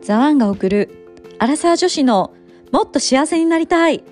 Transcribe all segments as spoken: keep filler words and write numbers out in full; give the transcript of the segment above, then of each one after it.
ザワンが送るアラサー女子のもっと幸せになりたい。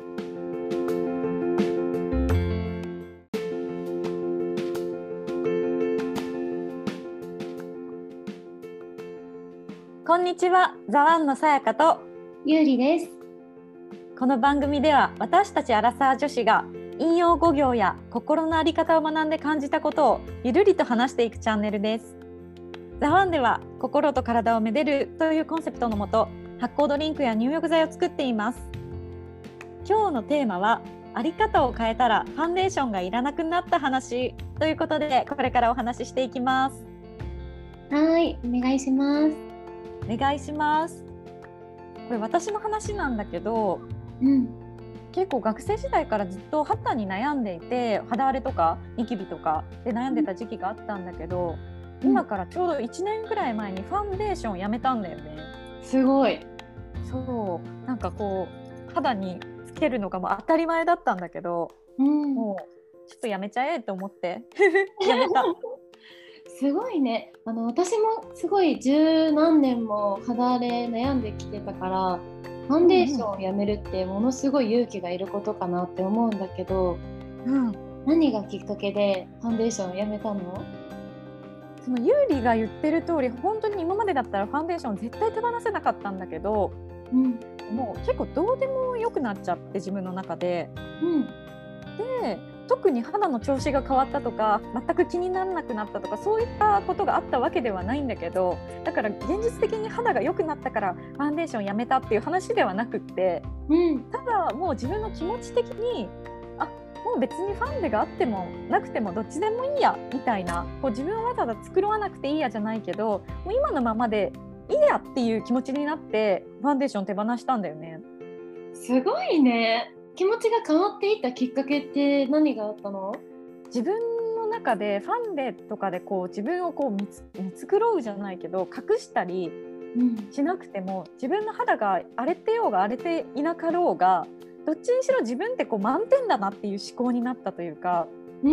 こんにちは、ザワンのさやかとゆうりです。 この番組では私たちアラサー女子が引用語行や心の在り方を学んで感じたことをゆるりと話していくチャンネルです。ザワンでは心と体をめでるというコンセプトのもと発酵ドリンクや入浴剤を作っています。今日のテーマは在り方を変えたらファンデーションがいらなくなった話ということで、これからお話ししていきます。 はい、お願いします。 お願いします。これ私の話なんだけど、 うん、 結構学生時代からずっと肌に悩んでいて、肌荒れとかニキビとかで悩んでた時期があったんだけど、うん、今からちょうどいちねんくらい前にファンデーションをやめたんだよね。 すごい。 そうなんかこう肌につけるのがもう当たり前だったんだけど、 うん、 もうちょっとやめちゃえと思ってやめた。 すごいね。あの私もすごい十何年も肌荒れ悩んできてたから、ファンデーションをやめるってものすごい勇気がいることかなって思うんだけど、うん、何がきっかけでファンデーションをやめたの？ そのユーリが言ってる通り、本当に今までだったらファンデーション絶対手放せなかったんだけど、うん、もう結構どうでもよくなっちゃって自分の中で、うん、で特に肌の調子が変わったとか全く気にならなくなったとかそういったことがあったわけではないんだけど、だから現実的に肌が良くなったからファンデーションやめたっていう話ではなくって、うん、ただもう自分の気持ち的にあもう別にファンデがあってもなくてもどっちでもいいやみたいな、こう自分はわざわざ作らなくていいやじゃないけど、もう今のままでいいやっていう気持ちになってファンデーション手放したんだよね。 すごいね。気持ちが変わっていったきっかけって何があったの？ 自分の中でファンデとかでこう自分をこう見つ、見繕うじゃないけど隠したりしなくても、うん、自分の肌が荒れてようが荒れていなかろうがどっちにしろ自分ってこう満点だなっていう思考になったというか、うん、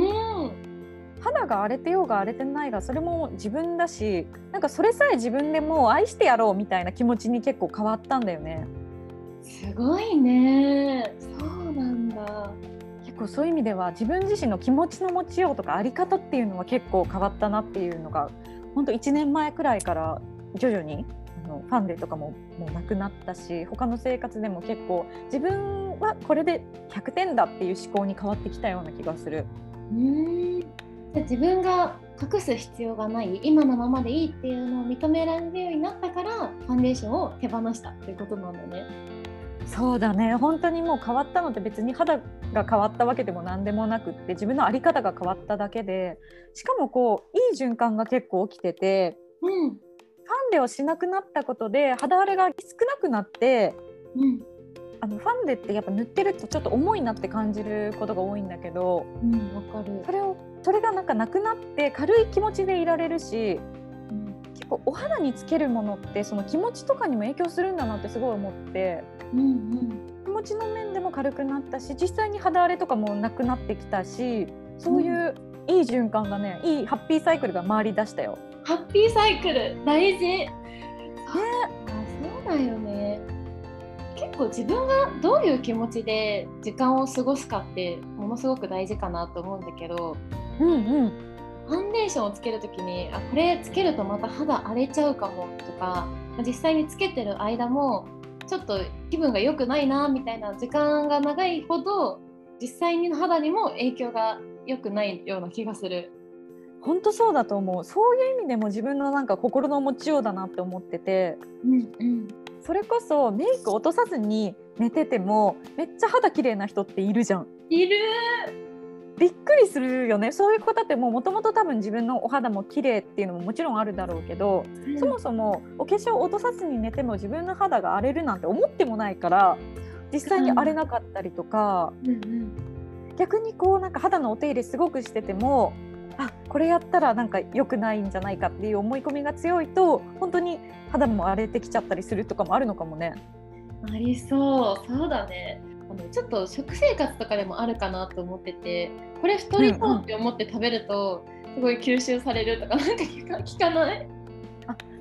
肌が荒れてようが荒れてないがそれも自分だし、なんかそれさえ自分でもう愛してやろうみたいな気持ちに結構変わったんだよね。 すごいね。そうなんだ。 結構そういう意味では自分自身の気持ちの持ちようとかあり方っていうのは結構変わったなっていうのが、本当いちねんまえくらいから徐々にあのファンデとかももうなくなったし、他の生活でも結構自分はこれでひゃくてんだっていう思考に変わってきたような気がする。 うーん、じゃあ自分が隠す必要がない、今のままでいいっていうのを認められるようになったからファンデーションを手放したっていうことなんだね。 そうだね、本当にもう変わったのって別に肌が変わったわけでも何でもなくって、自分の在り方が変わっただけで、しかもこういい循環が結構起きてて、うん、ファンデをしなくなったことで肌荒れが少なくなって、うん、あのファンデってやっぱ塗ってるとちょっと重いなって感じることが多いんだけど、うん、わかる。それをそれがなんかなくなって軽い気持ちでいられるし、結構お肌につけるものってその気持ちとかにも影響するんだなってすごい思って、うんうん、気持ちの面でも軽くなったし、実際に肌荒れとかもなくなってきたし、そういういい循環がね、いいハッピーサイクルが回り出したよ。 ハッピーサイクル大事ね。そうだよね。結構自分がどういう気持ちで時間を過ごすかってものすごく大事かなと思うんだけど、うんうん、ファンデーションをつけるときにあこれつけるとまた肌荒れちゃうかもとか、実際につけてる間もちょっと気分が良くないなみたいな時間が長いほど実際に肌にも影響が良くないような気がする。 本当そうだと思う。そういう意味でも自分のなんか心の持ちようだなって思ってて、うんうん、それこそメイク落とさずに寝ててもめっちゃ肌綺麗な人っているじゃん。 いる。 びっくりするよね。そういう方ってもともと多分自分のお肌も綺麗っていうのももちろんあるだろうけど、うん、そもそもお化粧を落とさずに寝ても自分の肌が荒れるなんて思ってもないから実際に荒れなかったりとか、うんうん、逆にこうなんか肌のお手入れすごくしててもあこれやったらなんか良くないんじゃないかっていう思い込みが強いと本当に肌も荒れてきちゃったりするとかもあるのかもね。 ありそう。そうだね。あのちょっと食生活とかでもあるかなと思ってて、これ太りそうって思って食べると、うんうん、すごい吸収されるとかなんか聞か、聞かない？ あ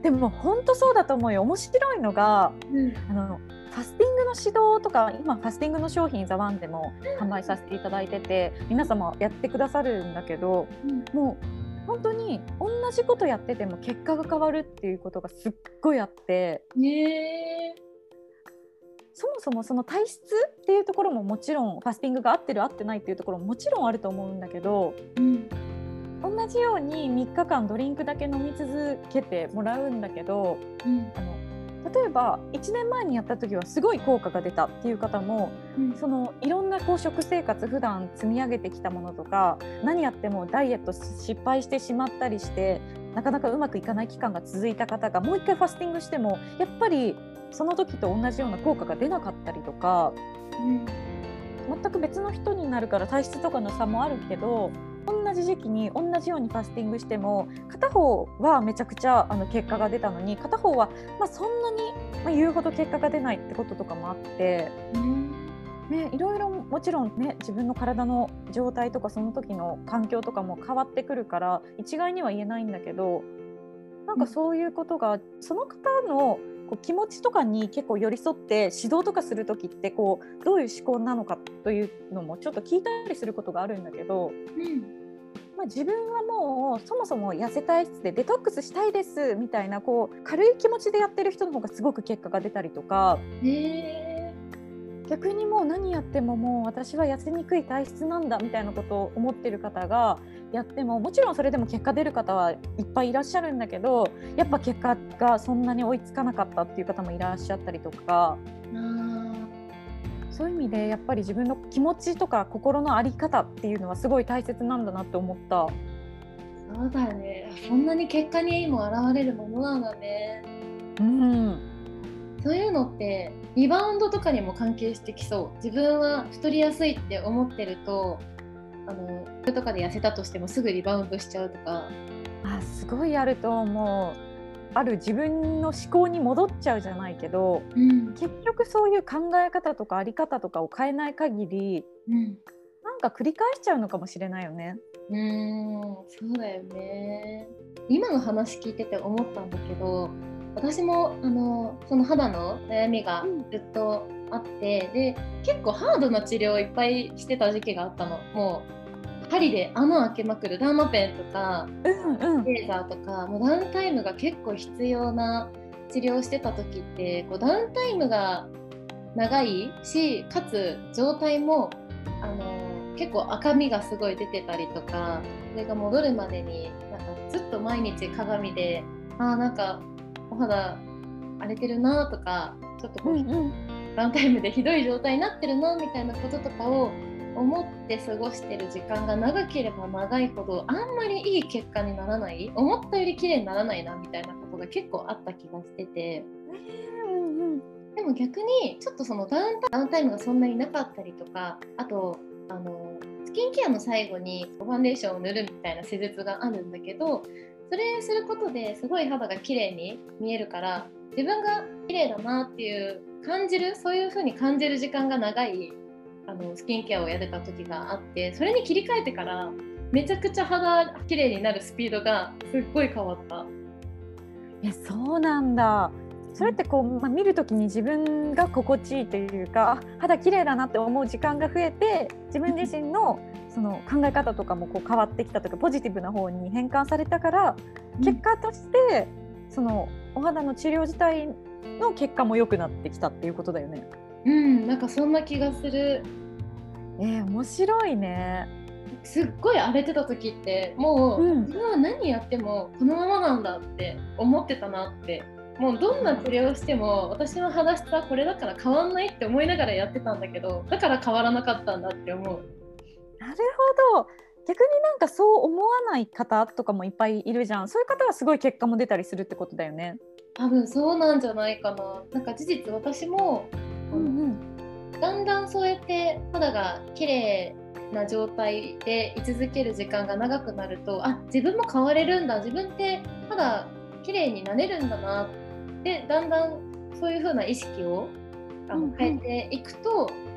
でも本当そうだと思うよ。面白いのが、うん、あのファスティングの指導とか、今ファスティングの商品ザワンでも販売させていただいてて、皆様やってくださるんだけど、うん、もう本当に同じことやってても結果が変わるっていうことがすっごいあって、 ね、 そもそもその体質っていうところももちろんファスティングが合ってる合ってないっていうところももちろんあると思うんだけど、うん、同じようにみっかかんドリンクだけ飲み続けてもらうんだけど、うん、あの例えばいちねんまえにやった時はすごい効果が出たっていう方も、うん、そのいろんなこう食生活普段積み上げてきたものとか、何やってもダイエット失敗してしまったりしてなかなかうまくいかない期間が続いた方がもう一回ファスティングしてもやっぱりその時と同じような効果が出なかったりとか、うん、全く別の人になるから体質とかの差もあるけど、同じ時期に同じようにファスティングしても片方はめちゃくちゃあの結果が出たのに、片方はまあそんなに、まあ、言うほど結果が出ないってこととかもあって、うんね、いろいろもちろんね、自分の体の状態とかその時の環境とかも変わってくるから一概には言えないんだけど、なんかそういうことが、うん、その方のこう気持ちとかに結構寄り添って指導とかする時ってこうどういう思考なのかというのもちょっと聞いたりすることがあるんだけど、うんまあ、自分はもうそもそも痩せ体質でデトックスしたいですみたいなこう軽い気持ちでやってる人の方がすごく結果が出たりとか、へー、逆にもう何やってももう私は痩せにくい体質なんだみたいなことを思ってる方がやっても、もちろんそれでも結果出る方はいっぱいいらっしゃるんだけど、やっぱ結果がそんなに追いつかなかったっていう方もいらっしゃったりとか、あ、そういう意味でやっぱり自分の気持ちとか心の在り方っていうのはすごい大切なんだなって思った。 そうだよね。そんなに結果にも現れるものなんだね。うん、そういうのってリバウンドとかにも関係してきそう。自分は太りやすいって思ってると、あのとかで痩せたとしてもすぐリバウンドしちゃうとか。 あ、すごいあると思う。ある自分の思考に戻っちゃうじゃないけど、うん、結局そういう考え方とかあり方とかを変えない限り、うん、なんか繰り返しちゃうのかもしれないよね。 うーん、そうだよね。今の話聞いてて思ったんだけど、私もあのその肌の悩みがずっとあって、うん、で結構ハードな治療をいっぱいしてた時期があったの。もう針で穴開けまくるダーマペンとか、うんうん、レーザーとか、もうダウンタイムが結構必要な治療をしてた時って、こうダウンタイムが長いし、かつ状態もあの結構赤みがすごい出てたりとか、それが戻るまでになんかずっと毎日鏡で、あーなんかお肌荒れてるなとか、ちょっとこう、うんうん、ダウンタイムでひどい状態になってるなみたいなこととかを思って過ごしてる時間が長ければ長いほど、あんまりいい結果にならない、思ったより綺麗にならないなみたいなことが結構あった気がしてて、うんうん、でも逆にちょっとそのダウンタ、ダウンタイムがそんなになかったりとか、あとあのスキンケアの最後にファンデーションを塗るみたいな施術があるんだけど、それすることですごい肌が綺麗に見えるから、自分が綺麗だなっていう感じる、そういう風に感じる時間が長いあのスキンケアをやれた時があって、それに切り替えてからめちゃくちゃ肌綺麗になるスピードがすっごい変わった。 いや、そうなんだ。それってこう、まあ、見るときに自分が心地いいというか、肌綺麗だなって思う時間が増えて、自分自身のその考え方とかもこう変わってきたとか、ポジティブな方に変換されたから、結果としてそのお肌の治療自体の結果も良くなってきたっていうことだよね。 うん、なんかそんな気がする。 えー、面白いね。 すっごい荒れてた時ってもう、うん、自分は何やってもこのままなんだって思ってたなって、もうどんな治療をしても私の肌質はこれだから変わんないって思いながらやってたんだけど、だから変わらなかったんだって思う。 なるほど。逆になんかそう思わない方とかもいっぱいいるじゃん。そういう方はすごい結果も出たりするってことだよね。 多分そうなんじゃないかな。なんか事実私も、うんうん、だんだんそうやって肌が綺麗な状態で居続ける時間が長くなると、あ、自分も変われるんだ、自分って肌綺麗になれるんだなって、だんだんそういう風な意識をあの変えていくと、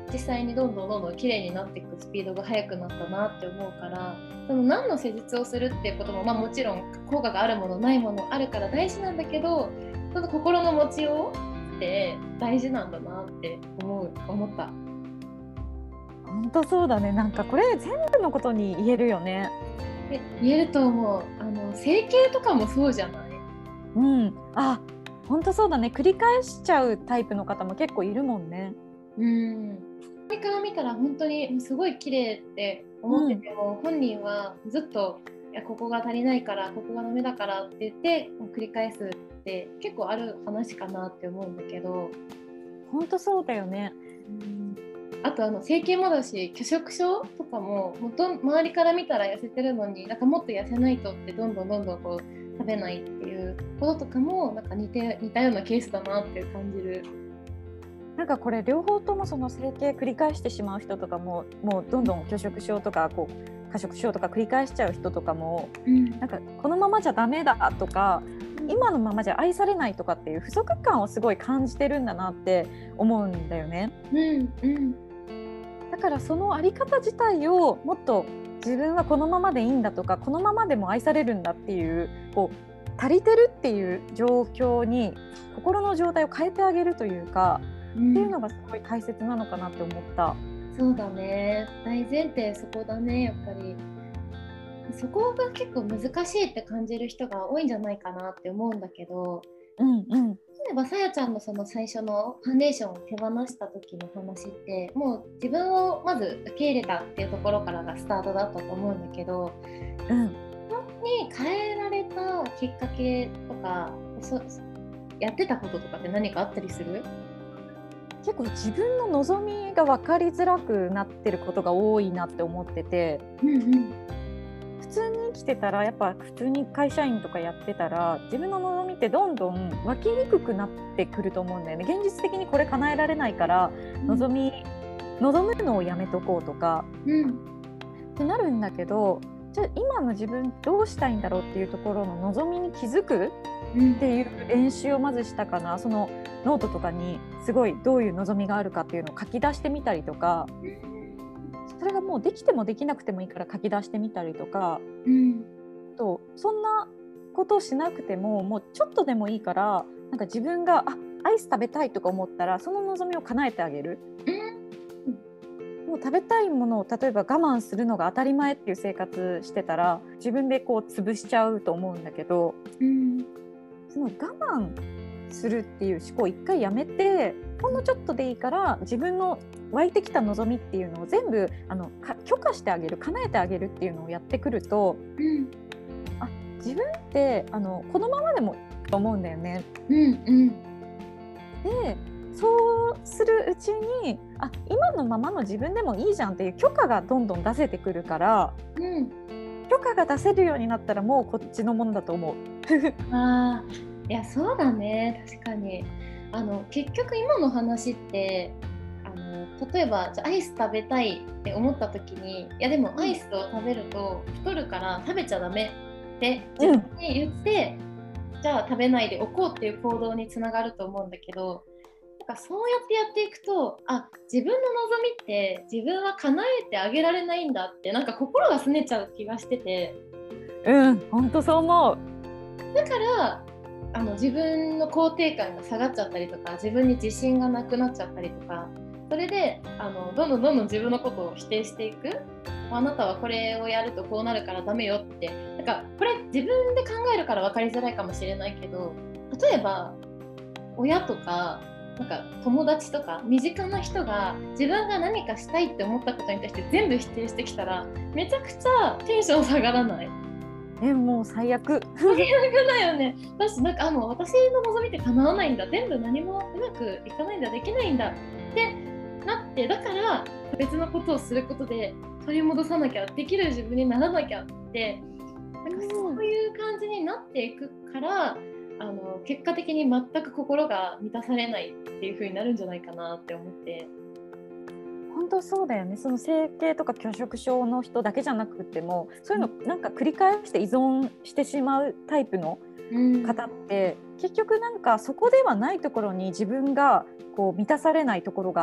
実際にどんどんどんどん綺麗になっていくスピードが速くなったなって思うから、その何の施術をするっていうことも、まあ、もちろん効果があるものないものあるから大事なんだけど、その心の持ちようって大事なんだなって思う思った。 本当そうだね。なんかこれ全部のことに言えるよね。 え言えると思う。あの整形とかもそうじゃない？ うん、あ、本当そうだね。繰り返しちゃうタイプの方も結構いるもんね。 うん。周りから見たら本当にすごい綺麗って思ってても、うん、本人はずっといやここが足りないからここがダメだからって言って繰り返すって結構ある話かなって思うんだけど。 本当そうだよね。 うん、あとあの整形もだし拒食症とかも、もうどん周りから見たら痩せてるのになんかもっと痩せないとってどんどんどんどんこう食べないっていうこととかもなんか似て似たようなケースだなって感じる。 なんかこれ両方ともその整形繰り返してしまう人とかも、もうどんどん拒食症とかこう過食症とか繰り返しちゃう人とかも、うん、なんかこのままじゃダメだとか、今のままじゃ愛されないとかっていう不足感をすごい感じてるんだなって思うんだよね。うんうん、だからそのあり方自体をもっと自分はこのままでいいんだとか、このままでも愛されるんだっていう、こう足りてるっていう状況に心の状態を変えてあげるというか、うん、っていうのがすごい大切なのかなって思った。 そうだね、大前提そこだね。やっぱりそこが結構難しいって感じる人が多いんじゃないかなって思うんだけど、うんうん、例えばさやちゃんのその最初のファンデーションを手放した時の話って、もう自分をまず受け入れたっていうところからがスタートだったと思うんだけど、うん、そこに変えられたきっかけとか、そやってたこととかって何かあったりする？ 結構自分の望みが分かりづらくなってることが多いなって思ってて、うんうん、普通に生きてたら、やっぱ普通に会社員とかやってたら自分の望みってどんどん湧きにくくなってくると思うんだよね。現実的にこれ叶えられないから望み、うん、望むのをやめとこうとか、うん、ってなるんだけど、じゃあ今の自分どうしたいんだろうっていうところの望みに気づくっていう練習をまずしたかな。そのノートとかにすごいどういう望みがあるかっていうのを書き出してみたりとか、それがもうできてもできなくてもいいから書き出してみたりとか、うん、とそんなことをしなくてももうちょっとでもいいから、なんか自分があアイス食べたいとか思ったらその望みを叶えてあげる、うん、もう食べたいものを例えば我慢するのが当たり前っていう生活してたら自分でこう潰しちゃうと思うんだけど、うん、その我慢するっていう思考を一回やめて、ほんのちょっとでいいから自分の湧いてきた望みっていうのを全部あのか許可してあげる、叶えてあげるっていうのをやってくると、うん、あ自分ってあのこのままでもいいと思うんだよね。うんうん、でそうするうちにあ今のままの自分でもいいじゃんっていう許可がどんどん出せてくるから、うん、許可が出せるようになったらもうこっちのものだと思う。 あいやそうだね、確かにあの結局今の話ってあの例えばじゃアイス食べたいって思った時に、いやでもアイスを食べると太るから食べちゃダメって自分に言って、うん、じゃあ食べないでおこうっていう行動につながると思うんだけど、なんかそうやってやっていくと、あ自分の望みって自分は叶えてあげられないんだって、なんか心がすねちゃう気がしてて。 うん本当そう思う。 だからあの自分の肯定感が下がっちゃったりとか、自分に自信がなくなっちゃったりとか、それであのどんどんどんどん自分のことを否定していく。あなたはこれをやるとこうなるからダメよって、なんかこれ自分で考えるから分かりづらいかもしれないけど、例えば親とかなんか友達とか身近な人が自分が何かしたいって思ったことに対して全部否定してきたら、めちゃくちゃテンション下がらない？ えもう最悪最悪だよね。私なんかあもう私の望みって叶わないんだ、全部何もうまくいかないんだ、できないんだってなって、だから別のことをすることで取り戻さなきゃ、できる自分にならなきゃって、なんかそういう感じになっていくから、あの結果的に全く心が満たされないっていう風になるんじゃないかなって思って。 本当そうだよね。その整形とか拒食症の人だけじゃなくても、そういうのなんか繰り返して依存してしまうタイプの方って、うん、結局なんかそこではないところに自分がこう満たされないところが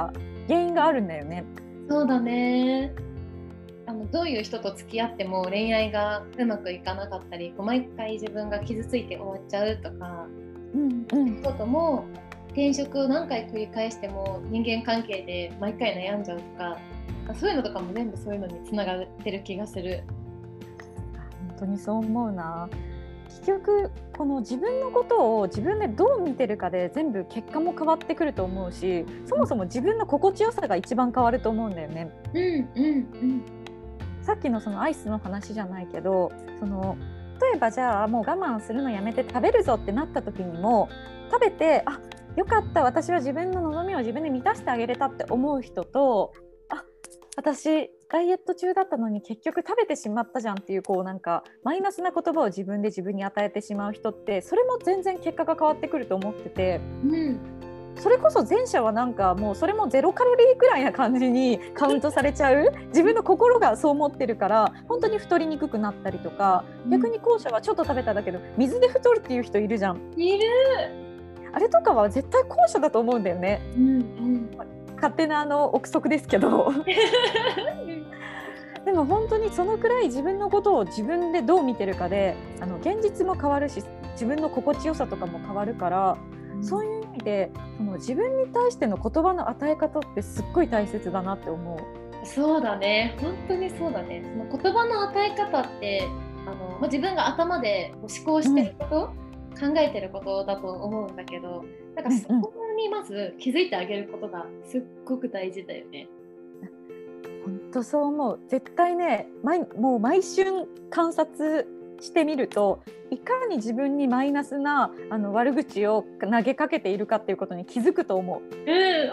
原因があるんだよね。 そうだね。あのどういう人と付き合っても恋愛がうまくいかなかったり、こう毎回自分が傷ついて終わっちゃうとか、 うんうん、 ことも転職を何回繰り返しても人間関係で毎回悩んじゃうとか、そういうのとかも全部そういうのにつながってる気がする。 本当にそう思うな。結局この自分のことを自分でどう見てるかで全部結果も変わってくると思うし、そもそも自分の心地よさが一番変わると思うんだよね。 うんうんうん。 さっきのそのアイスの話じゃないけど、その例えばじゃあもう我慢するのやめて食べるぞってなった時にも、食べてあよかった私は自分の望みを自分で満たしてあげれたって思う人と、あ私ダイエット中だったのに結局食べてしまったじゃんっていう、こうなんかマイナスな言葉を自分で自分に与えてしまう人って、それも全然結果が変わってくると思ってて、 うん、 それこそ前者はなんかもうそれもゼロカロリーくらいな感じにカウントされちゃう自分の心がそう思ってるから本当に太りにくくなったりとか、逆に後者はちょっと食べただけど水で太るっていう人いるじゃん。 いる。 あれとかは絶対後者だと思うんだよね。 うんうん、 勝手なあの憶測ですけどでも本当にそのくらい自分のことを自分でどう見てるかで、あの現実も変わるし自分の心地よさとかも変わるから、うん、そういう意味でその自分に対しての言葉の与え方ってすっごい大切だなって思う。 そうだね、本当にそうだね。その言葉の与え方ってあの、まあ、自分が頭で思考してること、うん、考えてることだと思うんだけど、なんかそこにまず気づいてあげることがすっごく大事だよね。 本当そう思う。絶対ね、毎もう毎春観察してみると、いかに自分にマイナスなあの悪口を投げかけているかっていうことに気づくと思う。 うん、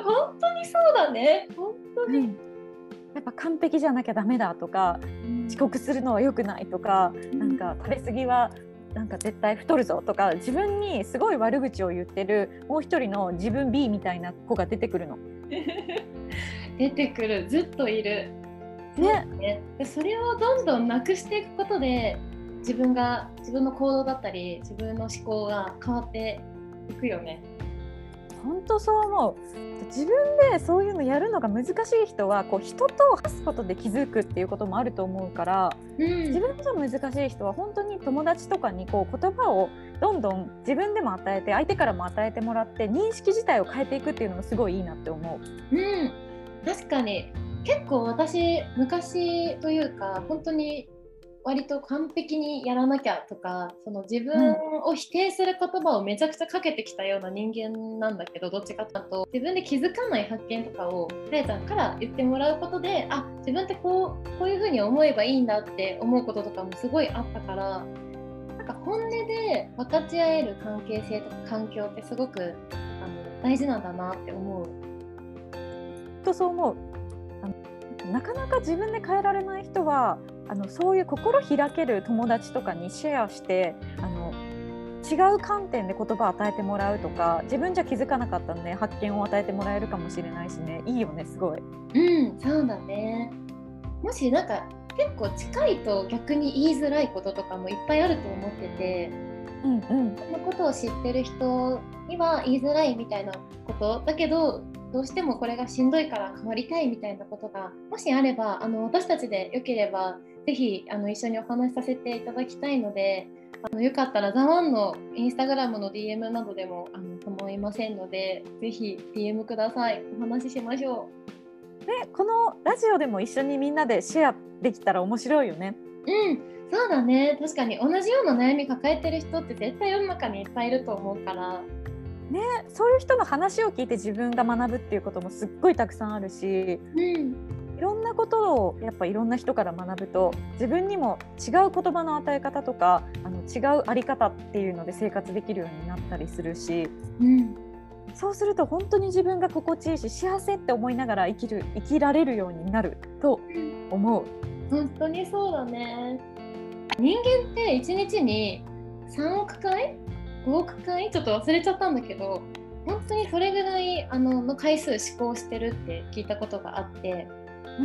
本当にそうだね。本当に、うん、 やっぱ完璧じゃなきゃダメだとか、うん、遅刻するのは良くないとか、うん、なんか食べ過ぎはなんか絶対太るぞとか、自分にすごい悪口を言ってるもう一人の自分 B みたいな子が出てくるの。 出てくる、ずっといる、ね、ね。でそれをどんどんなくしていくことで自分が自分の行動だったり自分の思考が変わっていくよね。 本当そう思う。自分でそういうのやるのが難しい人はこう人と話すことで気づくっていうこともあると思うから、うん、自分と難しい人は本当に友達とかにこう言葉をどんどん自分でも与えて相手からも与えてもらって認識自体を変えていくっていうのもすごいいいなって思う。 うん、確かに結構私昔というか本当に割と完璧にやらなきゃとか、その自分を否定する言葉をめちゃくちゃかけてきたような人間なんだけど、どっちかというと自分で気づかない発見とかをさやちゃんから言ってもらうことで、あ、自分ってこう、こういう風に思えばいいんだって思うこととかもすごいあったから、なんか本音で分かち合える関係性とか環境ってすごくあの大事なんだなって思う。 とそう思う。あのなかなか自分で変えられない人はあのそういう心開ける友達とかにシェアしてあの違う観点で言葉を与えてもらうとか、自分じゃ気づかなかったので発見を与えてもらえるかもしれないしね。いいよね、すごい。 うん、そうだね。もしなんか結構近いと逆に言いづらいこととかもいっぱいあると思ってて、うんうん、そのことを知ってる人には言いづらいみたいなことだけど、どうしてもこれがしんどいから変わりたいみたいなことがもしあれば、あの私たちでよければぜひあの一緒にお話しさせていただきたいので、あのよかったらザワンのインスタグラムの ディーエム などでもあの構いませんので、ぜひ ディーエム ください。お話ししましょう。でこのラジオでも一緒にみんなでシェアできたら面白いよね。 うん、そうだね。確かに同じような悩み抱えてる人って絶対世の中にいっぱいいると思うからね、そういう人の話を聞いて自分が学ぶっていうこともすっごいたくさんあるし、うん、いろんなことをやっぱいろんな人から学ぶと自分にも違う言葉の与え方とかあの違うあり方っていうので生活できるようになったりするし、うん、そうすると本当に自分が心地いいし幸せって思いながら生きる生きられるようになると思う。 本当にそうだね。人間っていちにちにさんおくかいごおくかいちょっと忘れちゃったんだけど、本当にそれぐらいあのの回数思考してるって聞いたことがあって、うんうん、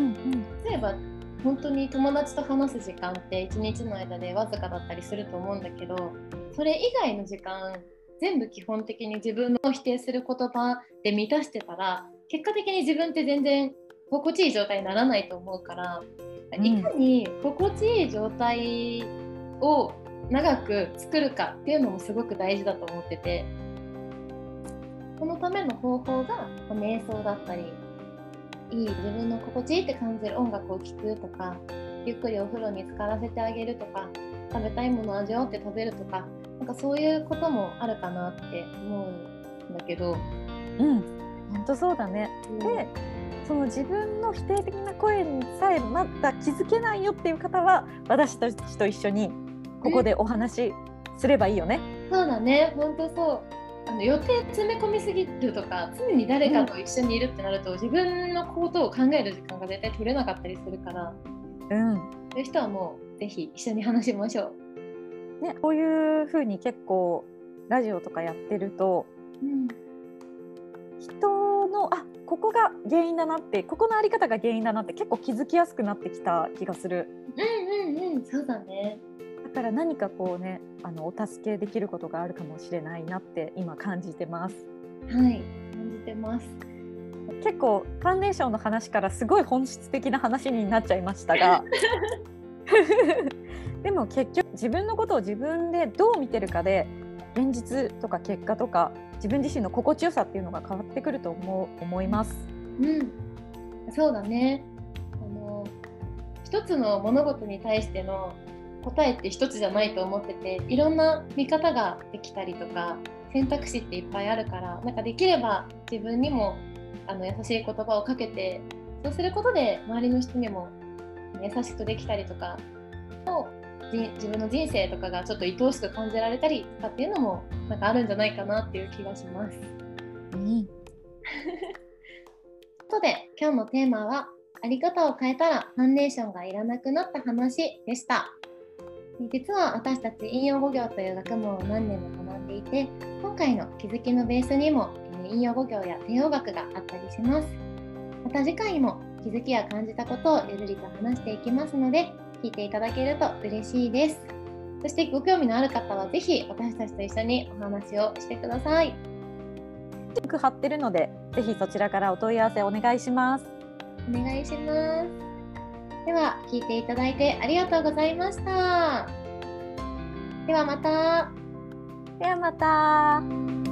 例えば本当に友達と話す時間っていちにちの間でわずかだったりすると思うんだけど、それ以外の時間全部基本的に自分の否定する言葉で満たしてたら、 結果的に自分って全然心地いい状態にならないと思うから、うん、いかに心地いい状態を長く作るかっていうのもすごく大事だと思ってて、そのための方法が瞑想だったり、いい自分の心地いいって感じる音楽を聴くとか、ゆっくりお風呂に浸からせてあげるとか、食べたいものを味わって食べるとか、なんかそういうこともあるかなって思うんだけど。 うん、本当そうだね、うん、でその自分の否定的な声にさえまだ気づけないよっていう方は、私たちと一緒にここでお話しすればいいよね、 うん、そうだね、本当そう。あの予定詰め込みすぎるとか、常に誰かと一緒にいるってなると、うん、自分のことを考える時間が絶対取れなかったりするから、うん、そういう人はもうぜひ一緒に話しましょう、ね、こういう風に結構ラジオとかやってると、うん、人のあここが原因だなって、ここのあり方が原因だなって結構気づきやすくなってきた気がする。 うんうんうん、そうだね。 だから何かこうね、あのお助けできることがあるかもしれないなって今感じてます。 はい、感じてます。 結構ファンデーションの話からすごい本質的な話になっちゃいましたがでも結局自分のことを自分でどう見てるかで、現実とか結果とか自分自身の心地よさっていうのが変わってくると思う思います。 うん、そうだね。あの一つの物事に対しての答えって一つじゃないと思ってて、いろんな見方ができたりとか選択肢っていっぱいあるから、なんかできれば自分にもあの優しい言葉をかけて、そうすることで周りの人にも優しくできたりとか、自分の人生とかがちょっと愛おしく感じられたりとかっていうのもなんかあるんじゃないかなっていう気がします。うん。ということで今日のテーマは、あり方を変えたらファンデーションがいらなくなった話でした。実は私たち引用語行という学問を何年も学んでいて、今回の気づきのベースにも引用語行や帝王学があったりします。また次回も気づきや感じたことをゆるりと話していきますので、聞いていただけると嬉しいです。そしてご興味のある方はぜひ私たちと一緒にお話をしてください。 リンク貼ってるので、ぜひそちらからお問い合わせお願いします。 お願いします。では聞いていただいてありがとうございました。ではまた。 ではまた。